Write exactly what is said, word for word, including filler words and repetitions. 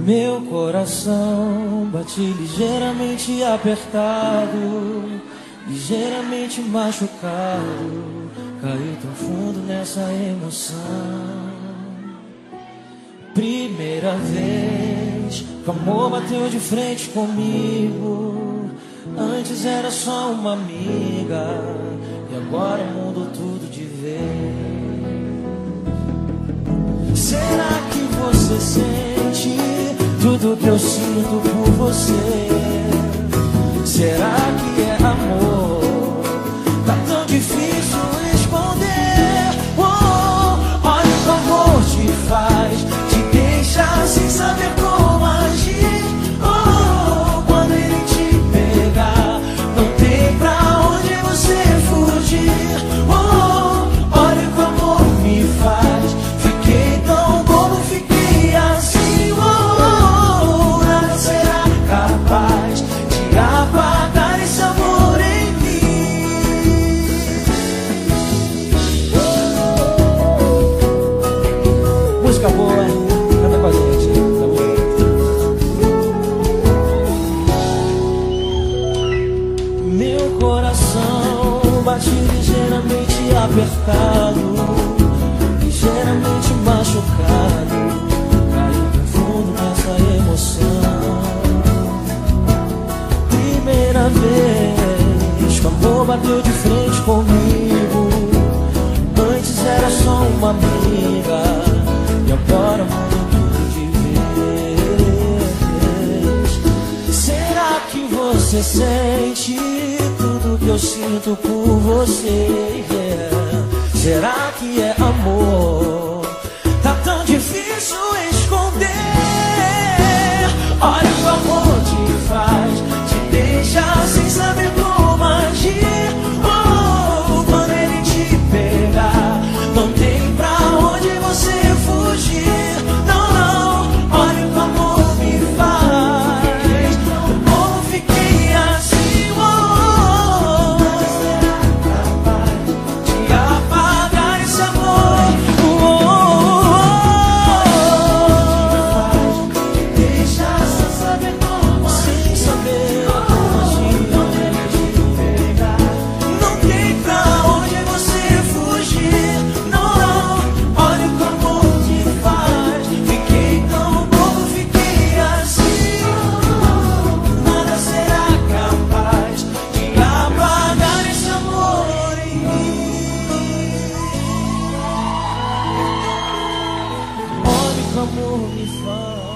Meu coração bate ligeiramente apertado, ligeiramente machucado, caiu tão fundo nessa emoção. Primeira vez que o amor bateu de frente comigo. Antes era só uma amiga e agora mudou tudo de vez. Será que você sente tudo que eu sinto por você? Será que é amor? Tá tão difícil esconder. Oh, olha o que o amor te faz, te deixa sem saber como agir. Oh, quando ele te pegar, não tem pra onde você fugir. Oh, olha o que o amor me faz, fiquei tão bobo, fiquei assim. Oh, nada será capaz de apagar esse amor em mim. Música boa, canta com a gente, tá bom? Meu coração bate ligeiramente apertado, ligeiramente machucado, caiu fundo nessa emoção. Primeira vez que o amor bateu de frente comigo. Antes era só uma amiga e agora mudou tudo de vez. Será que você sente tudo que eu sinto por você? Yeah. Será que é amor? Tá tão difícil esconder. Olha o que o amor te faz, te deixa sem saber como agir. Oh, quando ele te pegar, não tem pra onde você fugir. Não, não, olha o que o amor me faz, como fiquei assim. Oh, será capaz de apagar esse amor? Oh, te deixa sem saber como sem saber como agir. Não tem pra onde você fugir. Não, olha o que o amor te faz, fiquei tão bobo, fiquei assim. Nada será capaz de apagar esse amor em mim. Olha o que o amor me faz.